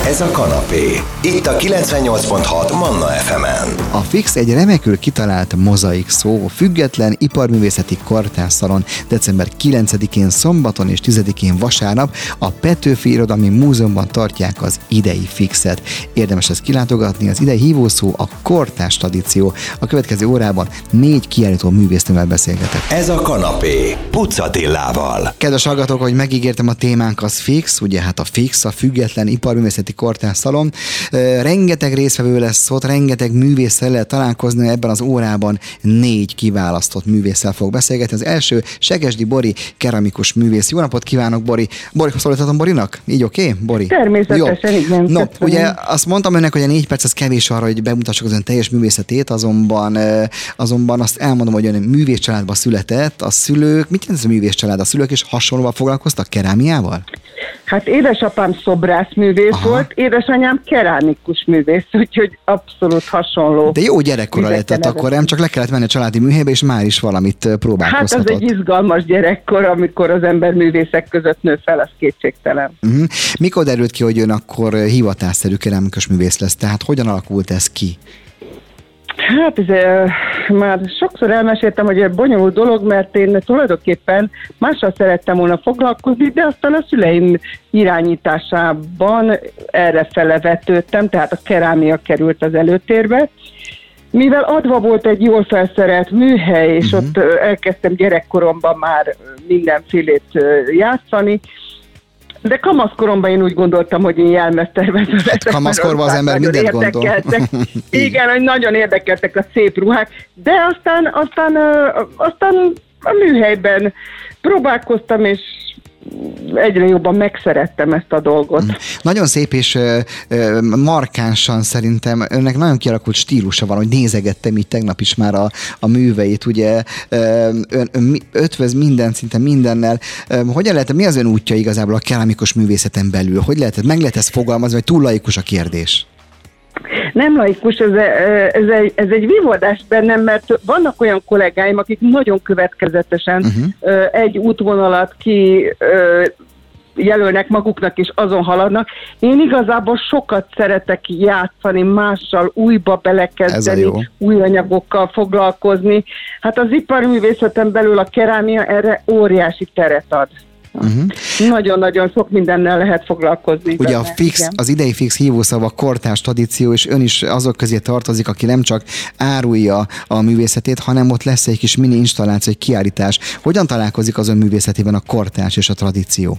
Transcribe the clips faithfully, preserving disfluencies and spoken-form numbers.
Ez a kanapé. Itt a kilencvennyolc pont hat Manna ef emen. A Fix egy remekül kitalált mozaik szó, független iparművészeti kortárszalon december kilencedikén szombaton és tizedikén vasárnap a Petőfi Irodalmi Múzeumban tartják az idei Fixet. Érdemes ezt kilátogatni, az idei hívószó a kortárs tradíció. A következő órában négy kiállító művésznővel beszélgetek. Ez a kanapé Puc Attilával. Kedves hallgatók, hogy megígértem, a témánk az Fix, ugye hát a Fix, a független iparművészeti kortárszalon. Rengeteg résztvevő lesz ott, rengeteg művésszel lehet találkozni, ebben az órában négy kiválasztott művésszel fog beszélgetni. Az első Segesdi Bori, keramikus művész. Jó napot kívánok, Bori! Bori, szólíthatom Borinak? Így oké, okay? Bori? Természetesen, jó. igen. No, ugye azt mondtam önnek, hogy a négy perc az kevés arra, hogy bemutassuk az ön teljes művészetét, azonban, azonban azt elmondom, hogy ön művész családba született. A szülők, mit jelent ez a művész család? A szülők is hasonlóan foglalkoztak kerámiával? Hát édesapám szobrászművész Aha. volt, édesanyám kerámikus művész, úgyhogy abszolút hasonló. De jó gyerekkora lehetett akkor, nem? Csak le kellett menni a családi műhelybe, és már is valamit próbálkozhatott. Hát az egy izgalmas gyerekkor, amikor az ember művészek között nő fel, az kétségtelen. Uh-huh. Mikor derült ki, hogy ön akkor hivatásszerű kerámikus művész lesz? Tehát hogyan alakult ez ki? Hát ez, e, már sokszor elmeséltem, hogy egy bonyolult dolog, mert én tulajdonképpen mással szerettem volna foglalkozni, de aztán a szüleim irányításában errefele vetődtem, tehát a kerámia került az előtérbe. Mivel adva volt egy jól felszerelt műhely, és uh-huh. ott elkezdtem gyerekkoromban már mindenfélét játszani, de kamaszkoromban én úgy gondoltam, hogy én jelmeztervező leszek. Kamaszkorban az ember mindent gondol. Igen, hogy nagyon érdekeltek a szép ruhák, de aztán, aztán, aztán a műhelyben próbálkoztam, és egyre jobban megszerettem ezt a dolgot. Mm. Nagyon szép és uh, uh, markánsan szerintem önnek nagyon kialakult stílusa van, hogy nézegettem így tegnap is már a, a műveit, ugye uh, ön, ön ötvöz minden, szinte mindennel. Uh, hogyan lehet, mi az ön útja igazából a kerámikus művészeten belül? Hogy lehet, meg lehet ezt fogalmazni, vagy túl laikus a kérdés? Nem laikus, ez, ez, egy, ez egy vívódás bennem, mert vannak olyan kollégáim, akik nagyon következetesen uh-huh. egy útvonalat ki jelölnek maguknak, és azon haladnak. Én igazából sokat szeretek játszani, mással, újba belekezdeni, új anyagokkal foglalkozni. Hát az iparművészeten belül a kerámia erre óriási teret ad. Uh-huh. Nagyon-nagyon sok mindennel lehet foglalkozni. Ugye benne. A Fix, igen. Az idei Fix hívószava kortárs tradíció, és ön is azok közé tartozik, aki nem csak árulja a művészetét, hanem ott lesz egy kis mini installáció, egy kiállítás. Hogyan találkozik az ön művészetében a kortárs és a tradíció?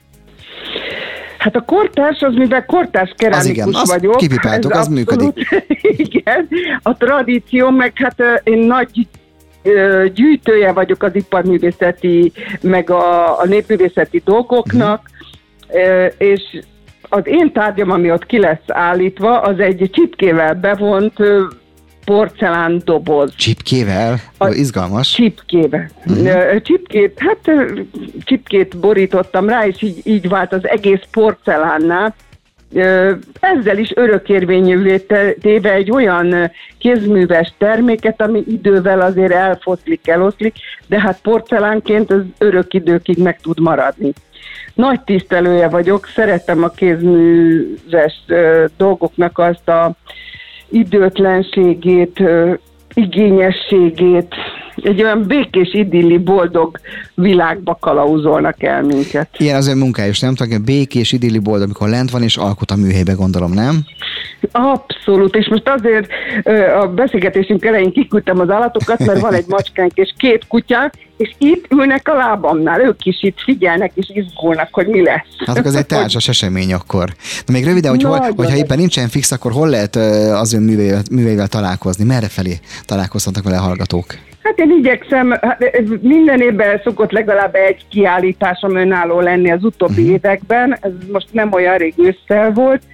Hát a kortárs az, mivel kortárs keramikus az igen, azt vagyok. kipipáltuk, az abszolút, működik. Igen, a tradíció, meg hát én nagy gyűjtője vagyok az iparművészeti, meg a, a népművészeti dolgoknak, uh-huh. és az én tárgyam, ami ott ki lesz állítva, az egy csipkével bevont porcelán doboz. Csipkével? A Izgalmas. Csipkével. Uh-huh. Csipkét, hát csipkét borítottam rá, és így, így vált az egész porcelánnál. Ezzel is örökérvényűvé téve egy olyan kézműves terméket, ami idővel azért elfoszlik, eloszlik, de hát porcelánként az örök időkig meg tud maradni. Nagy tisztelője vagyok, szeretem a kézműves dolgoknak azt a időtlenségét, igényességét, egy olyan békés, idilli, boldog világba kalauzolnak el minket. Ilyen az ön munkája, és nem tudom, békés, idilli, boldog, amikor lent van és alkot a műhelybe, gondolom, nem? Abszolút, és most azért a beszélgetésünk elején kiküldtem az állatokat, mert van egy macskánk és két kutyák, és itt ülnek a lábamnál, ők is itt figyelnek és izgulnak, hogy mi lesz. Hát akkor ez egy társas esemény akkor. De még röviden, hogy hol, hogyha éppen nincsen Fix, akkor hol lehet az ön műveivel, műveivel találkozni? Merre felé találkozhatnak vele a hallgatók? Hát én igyekszem, hát minden évben szokott legalább egy kiállításom önálló lenni az utóbbi uh-huh. években, ez most nem olyan rég ősszel volt.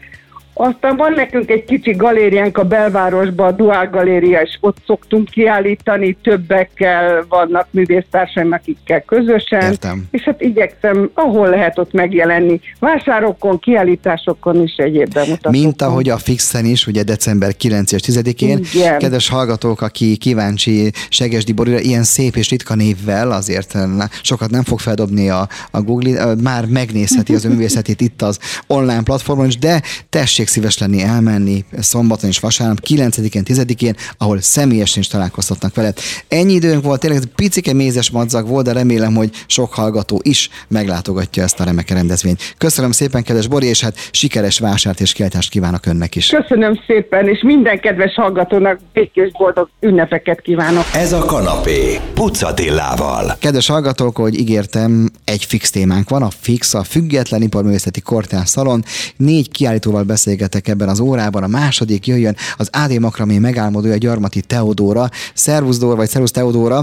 Aztán van nekünk egy kicsi galériánk a belvárosban, a Duál Galéria, és ott szoktunk kiállítani, többekkel vannak művésztársaim, akikkel közösen. Értem. És hát igyekszem, ahol lehet ott megjelenni, vásárokon, kiállításokon is egyéb bemutatokon. Mint ahogy a Fixen is, ugye december kilencedikén és tizedikén. Igen. Kedves hallgatók, aki kíváncsi Segesdi Borira, ilyen szép és ritka névvel, azért sokat nem fog feldobni a, a Google, már megnézheti az művészetét itt az online platformon is, de tessék szíves lenni elmenni szombaton és vasárnap, kilencedikén, tizedikén, ahol személyesen is találkoztatnak vele. Ennyi időnk volt, tényleg picike mézes madzag volt, de remélem, hogy sok hallgató is meglátogatja ezt a remek rendezvényt. Köszönöm szépen, kedves Bori, és hát sikeres vásárt és kiállítást kívánok önnek is. Köszönöm szépen, és minden kedves hallgatónak békés boldog ünnepeket kívánok. Ez a kanapé Puc Attilával. Kedves hallgatók, hogy ígértem, egy fix témánk van, a Fix, a Független Iparművészeti Kortárs Szalon. Négy kiállítóval beszélgetek ebben az órában. A második jöjjön az á dé makramé megálmodója, Gyarmati Teodóra. Szervusz Dóra, vagy szervusz Teodóra.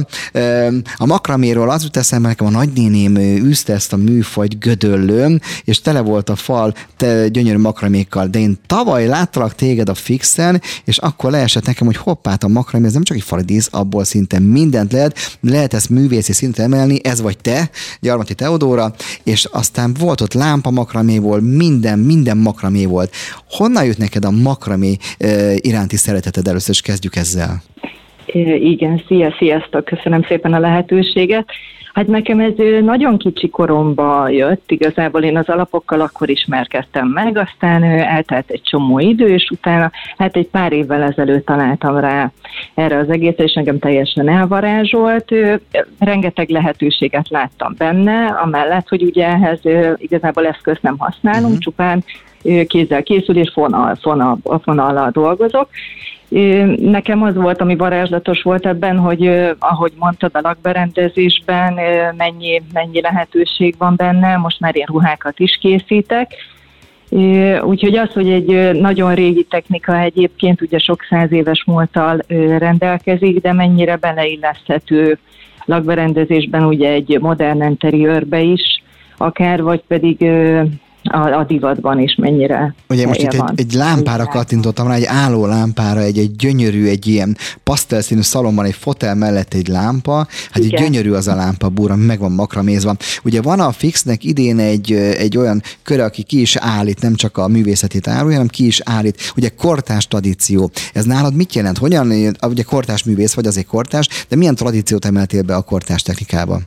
A makraméról az jut eszembe, nekem a nagynéném űzte ezt a műfajt Gödöllőn, és tele volt a fal te gyönyörű makramékkal, de én tavaly láttalak téged a Fixen, és akkor leesett nekem, hogy hoppát, a makramé, ez nem csak egy falidísz, abból szinte mindent lehet, lehet ezt művészi szintre emelni, ez vagy te, Gyarmati Teodóra, és aztán volt ott lámpa makraméból, minden, minden makramé volt. Honnan jött neked a makramé e, iránti szereteted? Először is kezdjük ezzel. Igen, szia, sziasztok, köszönöm szépen a lehetőséget. Hát nekem ez nagyon kicsi koromba jött, igazából én az alapokkal akkor ismerkedtem meg, aztán eltelt egy csomó idő, és utána hát egy pár évvel ezelőtt találtam rá erre az egészre, és engem teljesen elvarázsolt. Rengeteg lehetőséget láttam benne, amellett, hogy ugye ehhez igazából eszközt nem használunk, uh-huh. csupán kézzel készül, és fonal, fonal, fonallal dolgozok. Nekem az volt, ami varázslatos volt ebben, hogy ahogy mondtad, a lakberendezésben mennyi, mennyi lehetőség van benne, most már én ruhákat is készítek. Úgyhogy az, hogy egy nagyon régi technika egyébként ugye sok száz éves múlttal rendelkezik, de mennyire beleilleszthető lakberendezésben ugye egy modern interiőrbe is, akár, vagy pedig A, a divatban is mennyire ugye most itt egy, egy lámpára kattintottam rá, egy álló lámpára, egy, egy gyönyörű, egy ilyen pasztelszínű szalomban egy fotel mellett egy lámpa, hát egy gyönyörű az a lámpa búr, ami meg van makramézva. Ugye van a Fixnek idén egy, egy olyan köre, aki ki is állít, nem csak a művészetét árulja, hanem ki is állít. Ugye kortárs tradíció. Ez nálad mit jelent? Hogyan, ugye kortárs művész vagy, azért kortárs, de milyen tradíciót emeltél be a kortárs technikába?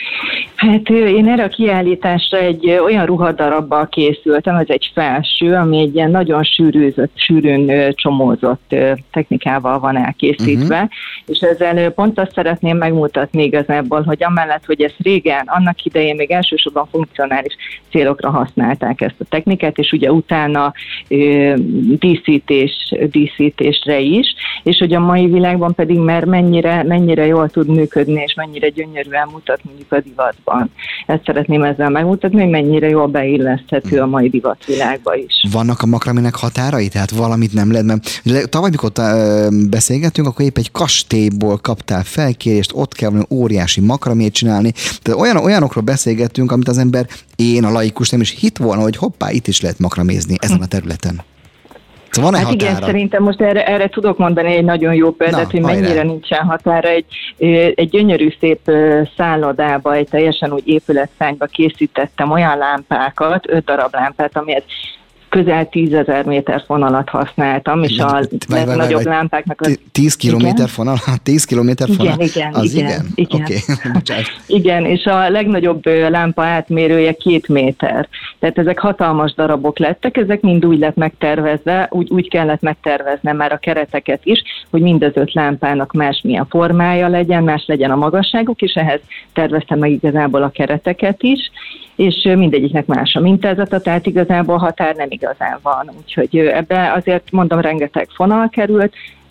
Hát én erre a kiállításra egy olyan ruhadarabbal készültem, ez egy felső, ami egy ilyen nagyon sűrűzött, sűrűn csomózott technikával van elkészítve, uh-huh. és ezzel pont azt szeretném megmutatni igazából, hogy amellett, hogy ezt régen, annak idején még elsősorban funkcionális célokra használták ezt a technikát, és ugye utána ö, díszítés, díszítésre is, és hogy a mai világban pedig már mennyire, mennyire jól tud működni, és mennyire gyönyörűen mutat mondjuk a divatban. Ezt szeretném ezzel megmutatni, hogy mennyire jól beilleszthető a mai divatvilágba is. Vannak a makramének határai? Tehát valamit nem lehet, mert tavaly, mikor beszélgettünk, akkor épp egy kastélyból kaptál felkérést, ott kell valami óriási makramét csinálni. Tehát olyan, olyanokról beszélgettünk, amit az ember, én a laikus nem is hitt volna, hogy hoppá, itt is lehet makramézni ezen a területen. Szóval van-e hát határa? Igen, szerintem most erre, erre tudok mondani egy nagyon jó példát, Na, hogy mennyire hajrá. nincsen határa. Egy, egy gyönyörű szép szállodába, egy teljesen úgy épületszárnyba készítettem olyan lámpákat, öt darab lámpát, amihez közel tízezer méter fonalat használtam, és a legnagyobb lámpáknak... Az... tíz kilométer fonal? tíz kilométer fonal? Igen, igen, az igen. igen. Igen. Okay. igen, és a legnagyobb lámpa átmérője két méter. Tehát ezek hatalmas darabok lettek, ezek mind úgy lett megtervezve, úgy, úgy kellett megterveznem már a kereteket is, hogy mind az öt lámpának másmilyen formája legyen, más legyen a magasságuk, és ehhez terveztem meg igazából a kereteket is, és mindegyiknek más a mintázata, tehát igazából határ nem igazán van. Úgyhogy ebbe azért mondom, rengeteg fonal került,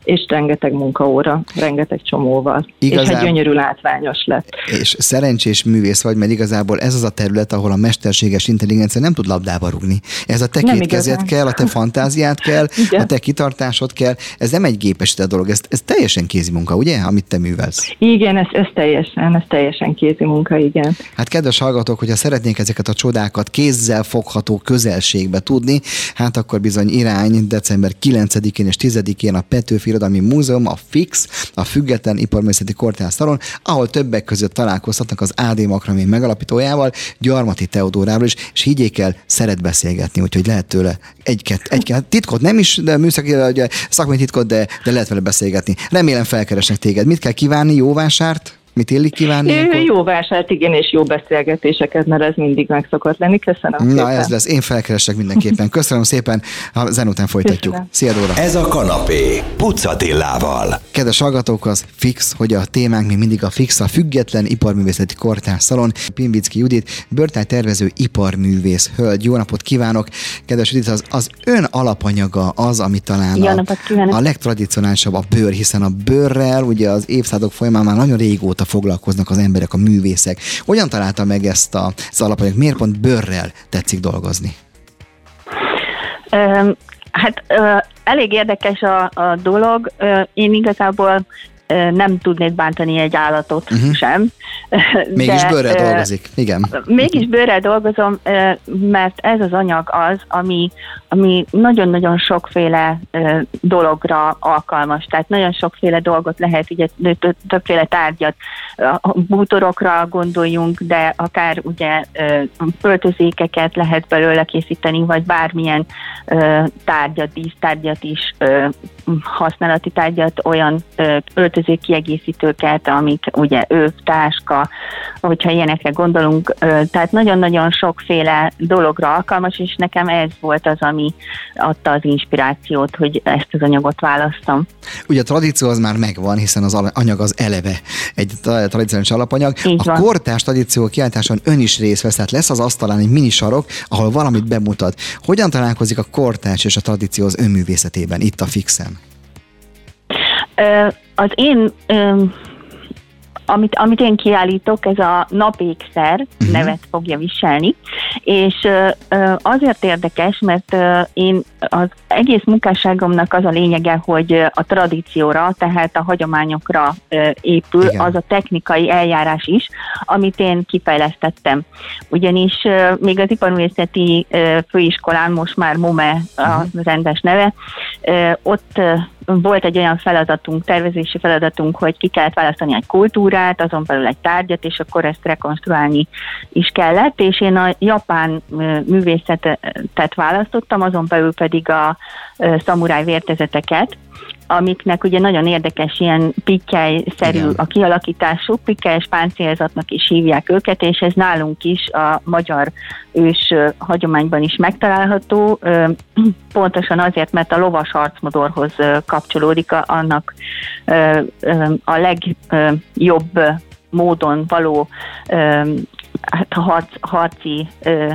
és rengeteg munkaóra, rengeteg csomóval. Igazán... És hát gyönyörű látványos lett. És szerencsés művész vagy, mert igazából ez az a terület, ahol a mesterséges intelligencia nem tud labdába rúgni. Ez a te két kezed kell, a te fantáziát kell, igen. a te kitartásod kell. Ez nem egy gépesített dolog, ez, ez teljesen kézi munka, ugye, amit te művelsz? Igen, ez, ez teljesen, ez teljesen kézi munka, igen. Hát kedves hallgatók, hogyha szeretnék ezeket a csodákat kézzel fogható közelségbe tudni, hát akkor bizony irány december kilencedikén és tizedikén a Petőfi Irodalmi Múzeum, a FIX, a Független Iparművészeti Kortárs Szalon, ahol többek között találkozhatnak az á dé Makramé megalapítójával, Gyarmati Teodórával is, és higgyék el, szeret beszélgetni, úgyhogy lehet tőle egy-két, egy-két titkot, nem is, de műszaki, ugye, szakmai titkot, de, de lehet vele beszélgetni. Remélem felkeresnek téged. Mit kell kívánni? Jó vásárt? Mit illik kívánni? Jó, jó vásárt, igen, és jó beszélgetéseket, mert ez mindig meg szokott lenni. Köszönöm Na, szépen. ez lesz. Én felkeresek mindenképpen. Köszönöm szépen. A zen után folytatjuk. Köszönöm. Szia, Dóra. Ez a kanapé Puc Attilával. Kedves hallgatók, az fix, hogy a témánk még mindig a fix, a Független Iparművészeti Kortárs Szalon. Pimbicki Judit, bőrtájtervező iparművész hölgy. Jó napot kívánok! Kedves Judit, az, az ön alapanyaga az, ami talán a, a legtradicionálisabb a bőr, hiszen a bőrrel ugye az évszázadok folyamán már nagyon régóta foglalkoznak az emberek, a művészek. Hogyan találta meg ezt a, az alapanyagot? Miért pont bőrrel tetszik dolgozni? Um, hát uh, elég érdekes a, a dolog. Uh, én igazából uh, nem tudnék bántani egy állatot uh-huh. sem. Mégis de, bőrrel uh, dolgozik, igen. Mégis bőrrel dolgozom, uh, mert ez az anyag az, ami, ami nagyon-nagyon sokféle uh, dologra alkalmas. Tehát nagyon sokféle dolgot lehet, ugye többféle tárgyat, uh, bútorokra gondoljunk, de akár ugye uh, öltözékeket lehet belőle készíteni, vagy bármilyen uh, tárgyat, dísztárgyat is, uh, használati tárgyat, olyan uh, öltözék kiegészítőket, amik ugye öv, táska, hogyha ilyenekre gondolunk, uh, tehát nagyon-nagyon sokféle dologra alkalmas, és nekem ez volt az, ami adta az inspirációt, hogy ezt az anyagot választom. Ugye a tradíció az már megvan, hiszen az anyag az eleve egy tradicionális alapanyag. Így a van. kortárs tradíció kiáltáson ön is részt vesz, tehát lesz az asztalán egy mini sarok, ahol valamit bemutat. Hogyan találkozik a kortárs és a tradíció az önművészetében, itt a Fixen? Ö, az én... Ö, Amit, amit én kiállítok, ez a napékszer uh-huh. nevet fogja viselni, és uh, azért érdekes, mert uh, én az egész munkásságomnak az a lényege, hogy a tradícióra, tehát a hagyományokra uh, épül. Igen. Az a technikai eljárás is, amit én kifejlesztettem. Ugyanis uh, még az iparművészeti uh, főiskolán, most már MOME uh-huh. a rendes neve, uh, ott uh, volt egy olyan feladatunk, tervezési feladatunk, hogy ki kellett választani egy kultúrát, azon belül egy tárgyat, és akkor ezt rekonstruálni is kellett, és én a japán művészetet választottam, azon belül pedig a szamuráj vértezeteket, amiknek ugye nagyon érdekes ilyen pittyely-szerű Igen. a kialakításuk, pittyelyes páncélzatnak is hívják őket, és ez nálunk is a magyar ős hagyományban is megtalálható, pontosan azért, mert a lovas harcmodorhoz kapcsolódik, annak a legjobb módon való hát harc, harci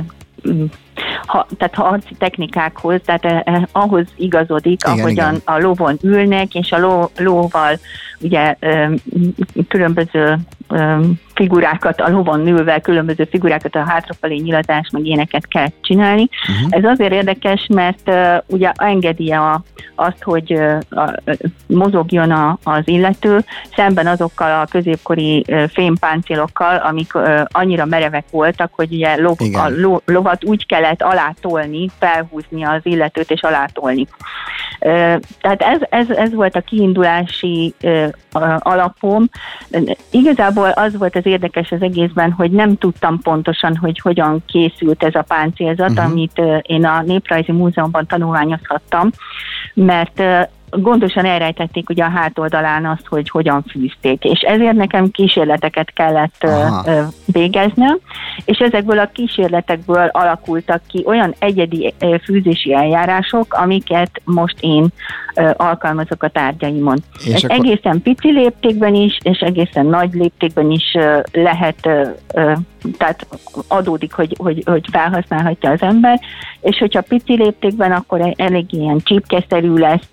Ha, tehát harci technikákhoz, tehát eh, ahhoz igazodik, igen, ahogyan igen. a lovon ülnek, és a ló, lóval ugye eh, különböző eh, figurákat, a lovon ülve különböző figurákat, a hátrafelé nyilatás, meg ilyeneket kell csinálni. Uh-huh. Ez azért érdekes, mert uh, ugye engedi a, azt, hogy uh, a, mozogjon a, az illető, szemben azokkal a középkori uh, fémpáncélokkal, amik uh, annyira merevek voltak, hogy ugye lov, a lo, lovat úgy kellett alátolni, felhúzni az illetőt és alátolni. Uh, tehát ez, ez, ez volt a kiindulási uh, alapom. Igazából az volt az érdekes az egészben, hogy nem tudtam pontosan, hogy hogyan készült ez a páncélzat, uh-huh. amit uh, én a Néprajzi Múzeumban tanulmányozhattam, mert uh, gondosan elrejtették ugye a hátoldalán azt, hogy hogyan fűzték, és ezért nekem kísérleteket kellett uh, végeznem, és ezekből a kísérletekből alakultak ki olyan egyedi uh, fűzési eljárások, amiket most én uh, alkalmazok a tárgyaimon. És ez akkor... egészen pici léptékben is, és egészen nagy léptékben is uh, lehet, uh, uh, tehát adódik, hogy, hogy, hogy felhasználhatja az ember, és hogyha pici léptékben, akkor elég ilyen csípkeszerű lesz, hogy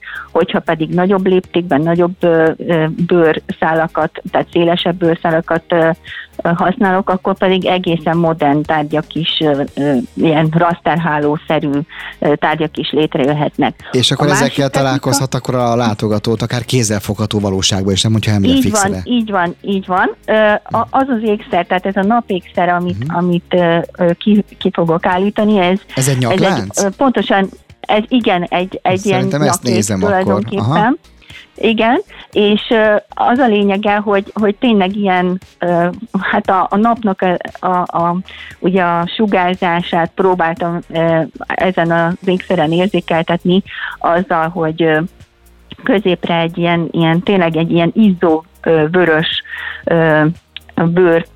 hogyha pedig nagyobb léptékben, nagyobb bőrszálakat, tehát szélesebb bőrszálakat használok, akkor pedig egészen modern tárgyak is, ilyen rasterhálószerű tárgyak is létrejöhetnek. És akkor ezekkel találkozhat akkor a látogatót, akár kézzelfogható valóságban, és nem hogyha ember így fixre. Van, így van, így van. Az az ékszer, tehát ez a napékszer, amit, uh-huh. amit ki, ki fogok állítani, ez... Ez egy nyaklánc? Ez egy, pontosan, ez igen, egy, egy ilyen nyaklék tulajdonképpen. Igen, és az a lényege, hogy, hogy tényleg ilyen, hát a, a napnak a, a, a, ugye a sugárzását próbáltam ezen az ékszeren érzékeltetni azzal, hogy középre egy ilyen, ilyen tényleg egy ilyen izzó vörös bőr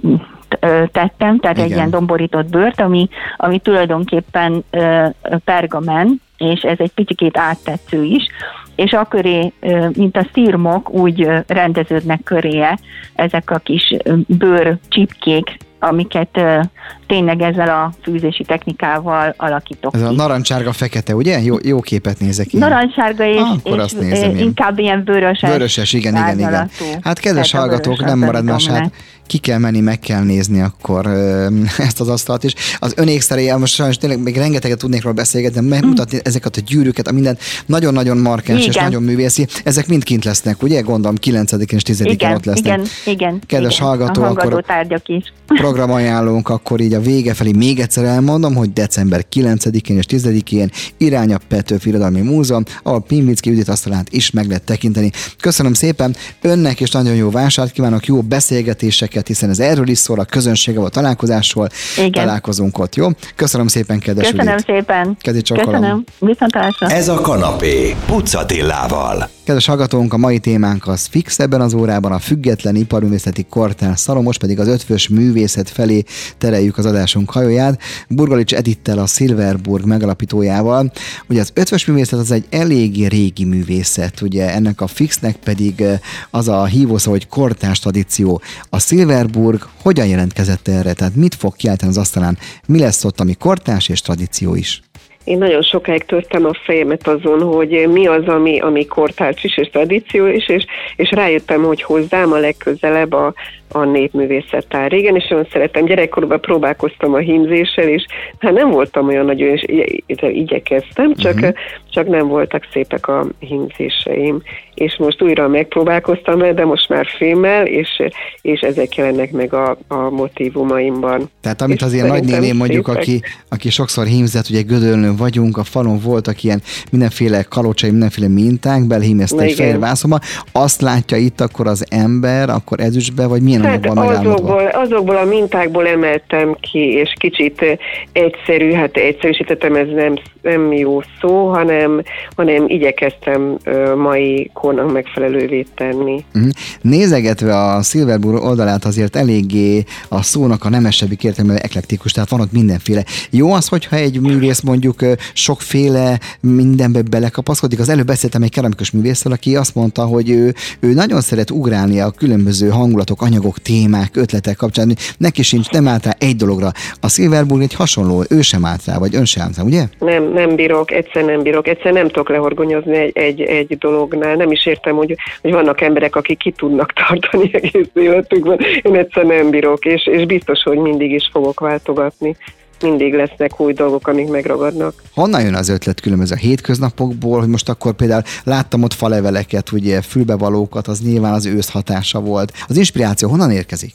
tettem, tehát igen. Egy ilyen domborított bőrt, ami, ami tulajdonképpen pergamen, és ez egy picikét áttetsző is, és aköré, mint a szirmok, úgy rendeződnek köréje ezek a kis bőrcsipkék, amiket tényleg ezzel a fűzési technikával alakítok. Ez ki. a narancsárga-fekete, ugye? Jó, jó képet nézek én. Narancsárga és, ah, és inkább ilyen vöröses. Vöröses, igen, igen, igen. Hát kedves hallgatók, nem marad más, hát ki kell menni, meg kell nézni akkor ö, ezt az asztalt is. Az ön ékszerével most sajnos tényleg még rengeteget tudnék róla beszélgetni, megmutatni mm. ezeket a gyűrűket, a minden nagyon-nagyon markáns igen. és nagyon művészi. Ezek mind kint lesznek, ugye? Gondolom kilencedikén és tizedikén ott lesznek. Igen, igen. Kedves igen. hallgató, akkor tárgyak is. programajánlónk, akkor így a vége felé még egyszer elmondom, hogy december kilencedikén és tizedikén irány a Petőfi Irodalmi Múzeum, ahol Pinvicki Judit asztalát is meg lehet tekinteni. Köszönöm szépen önnek, és nagyon jó vásárt kívánok, jó beszélgetéseket, hiszen ez erről is szól, a közönséggel, a találkozásról. Igen. Találkozunk ott, jó? Köszönöm szépen, kedves Köszönöm Judit. szépen. Kezi csókolom. Köszönöm. Viszontlátásra. Ez a kanapé Puc Attilával. Kedves hallgatónk, a mai témánk az fix ebben az órában, a független iparművészeti kortár szalon, most pedig az ötvös művészet felé tereljük az adásunk hajóját. Burgalics Edittel, a Silverburg megalapítójával. Ugye az ötvös művészet az egy eléggé régi művészet, ugye ennek a fixnek pedig az a hívószó, hogy kortárs tradíció. A Silverburg hogyan jelentkezett erre? Tehát mit fog kiáltani az asztalán? Mi lesz ott, ami kortárs és tradíció is? Én nagyon sokáig törtem a fejemet azon, hogy mi az, ami, ami kortárs is, és tradíció is, és, és rájöttem, hogy hozzám a legközelebb a, a népművészettár. Régen is olyan szeretem, gyerekkorban próbálkoztam a hímzéssel, és hát nem voltam olyan nagyon, és igyekeztem, csak, uh-huh. csak nem voltak szépek a hímzéseim. És most újra megpróbálkoztam le, de most már fémmel, és, és ezek jelennek meg a, a motívumaimban. Tehát amit az ilyen nagynéném mondjuk, aki, aki sokszor hímzett, ugye Gödöllőn vagyunk, a falon voltak ilyen mindenféle kalocsai, mindenféle minták, belehímezte egy fehér vászonba, azt látja itt akkor az ember, akkor ezüstbe, vagy milyen hát azokból, azokból a mintákból emeltem ki, és kicsit egyszerű, hát egyszerűsítettem, ez nem, nem jó szó, hanem, hanem igyekeztem uh, mai kornak megfelelővé tenni. Uh-huh. Nézegetve a Silverburg oldalát azért eléggé a szónak a nemesebbik értelmében eklektikus, tehát van ott mindenféle. Jó az, hogyha egy művész mondjuk sokféle mindenbe belekapaszkodik. Az előbb beszéltem egy keramikus művésszel, aki azt mondta, hogy ő, ő nagyon szeret ugrálni a különböző hangulatok, anyagok, témák, ötletek kapcsán. Neki sincs, nem állt rá egy dologra. A Silverburg egy hasonló, ő sem állt rá, vagy ön sem állt rá, ugye? Nem, nem bírok, egyszer nem bírok, egyszer nem tudok lehorgonyozni egy, egy, egy dolognál. Nem is értem, hogy, hogy vannak emberek, akik ki tudnak tartani egész életükben. Én egyszer nem bírok, és, és biztos, hogy mindig is fogok váltogatni. Mindig lesznek új dolgok, amik megragadnak. Honnan jön az ötlet különböző a hétköznapokból, hogy most akkor például láttam ott faleveleket, ugye fülbevalókat, az nyilván az ősz hatása volt. Az inspiráció honnan érkezik?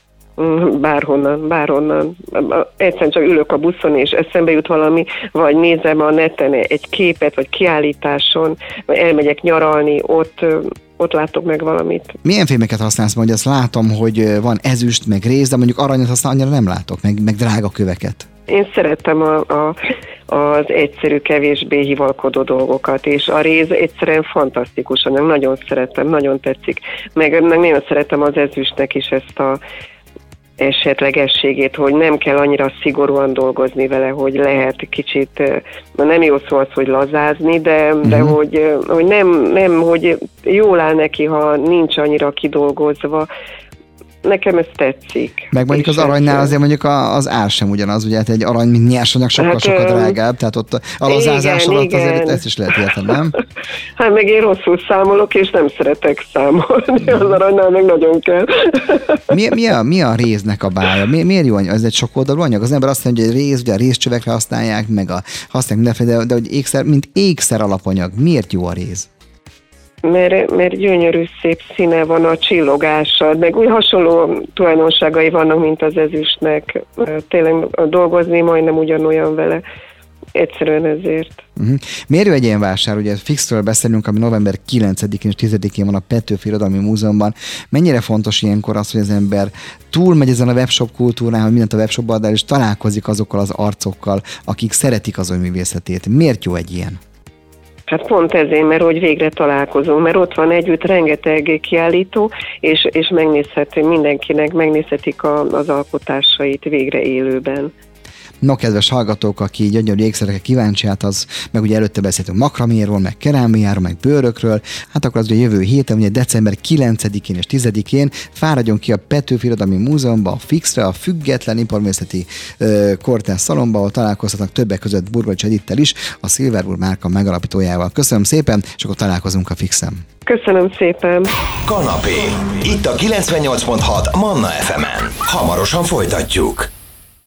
Bárhonnan, bárhonnan. Egyszerűen csak ülök a buszon, és eszembe jut valami, vagy nézem a neten egy képet, vagy kiállításon, vagy elmegyek nyaralni, ott, ott látok meg valamit. Milyen fémeket használsz? Mondja, azt látom, hogy van ezüst, meg réz, de mondjuk aranyat aztán annyira nem látok, meg, meg drága köveket. Én szeretem a, a, az egyszerű, kevésbé hivalkodó dolgokat, és a réz egyszerűen fantasztikus anyag, nagyon szeretem, nagyon tetszik. Meg, meg nagyon szeretem az ezüstnek is ezt a esetlegességét, hogy nem kell annyira szigorúan dolgozni vele, hogy lehet kicsit, na nem jó szó az, hogy lazázni, de, uh-huh. de hogy, hogy nem, nem, hogy jól áll neki, ha nincs annyira kidolgozva. nekem ez tetszik. Meg mondjuk az aranynál azért mondjuk az ár sem ugyanaz, ugye hát egy arany, mint nyersanyag sokkal-sokkal hát, drágább, tehát ott az ázás alatt azért ezt is lehet érteni, nem? Hát meg én rosszul számolok, és nem szeretek számolni, az aranynál meg nagyon kell. Mi, mi, a, mi a réznek a bája? Mi, miért jó anyag? Ez egy sokoldalú anyag? Az ember azt mondja, hogy réz, ugye a rézcsövekre használják, meg a használják mindenféle, de, de hogy ékszer, mint ékszer alapanyag. Miért jó a réz? Mert, mert gyönyörű, szép színe van, a csillogása, meg úgy hasonló tulajdonságai vannak, mint az ezüstnek. Tényleg dolgozni majdnem ugyanolyan vele. Egyszerűen ezért. Uh-huh. Miért jó egy ilyen vásár? Ugye Fixről beszélünk, ami november kilencedikén és tizedikén van a Petőfi Irodalmi Múzeumban. Mennyire fontos ilyenkor az, hogy az ember túlmegy ezen a webshop kultúrán, hogy mindent a webshopba ad el, és találkozik azokkal az arcokkal, akik szeretik az ő művészetét. Miért jó egy ilyen? Hát pont ezért, mert hogy végre találkozunk, mert ott van együtt rengeteg kiállító, és, és megnézheti mindenkinek, megnézhetik a, az alkotásait végre élőben. No, kedves hallgatók, aki gyönyörű ékszerekre kíváncsi, hát az, meg ugye előtte beszéltünk makraméról, meg kerámiáról, meg bőrökről, hát akkor az ugye jövő héten, ugye december kilencedikén és tizedikén fáradjon ki a Petőfi Irodalmi Múzeumba, a Fixre, a Független Iparművészeti Kortárs Szalonba, ahol találkozhatnak többek között Burgocs Edittel is, a Silverwood márka megalapítójával. Köszönöm szépen, és akkor találkozunk a Fixen. Köszönöm szépen. Kanapé. Itt a kilencvennyolc pont hat Manna ef emen. Hamarosan folytatjuk.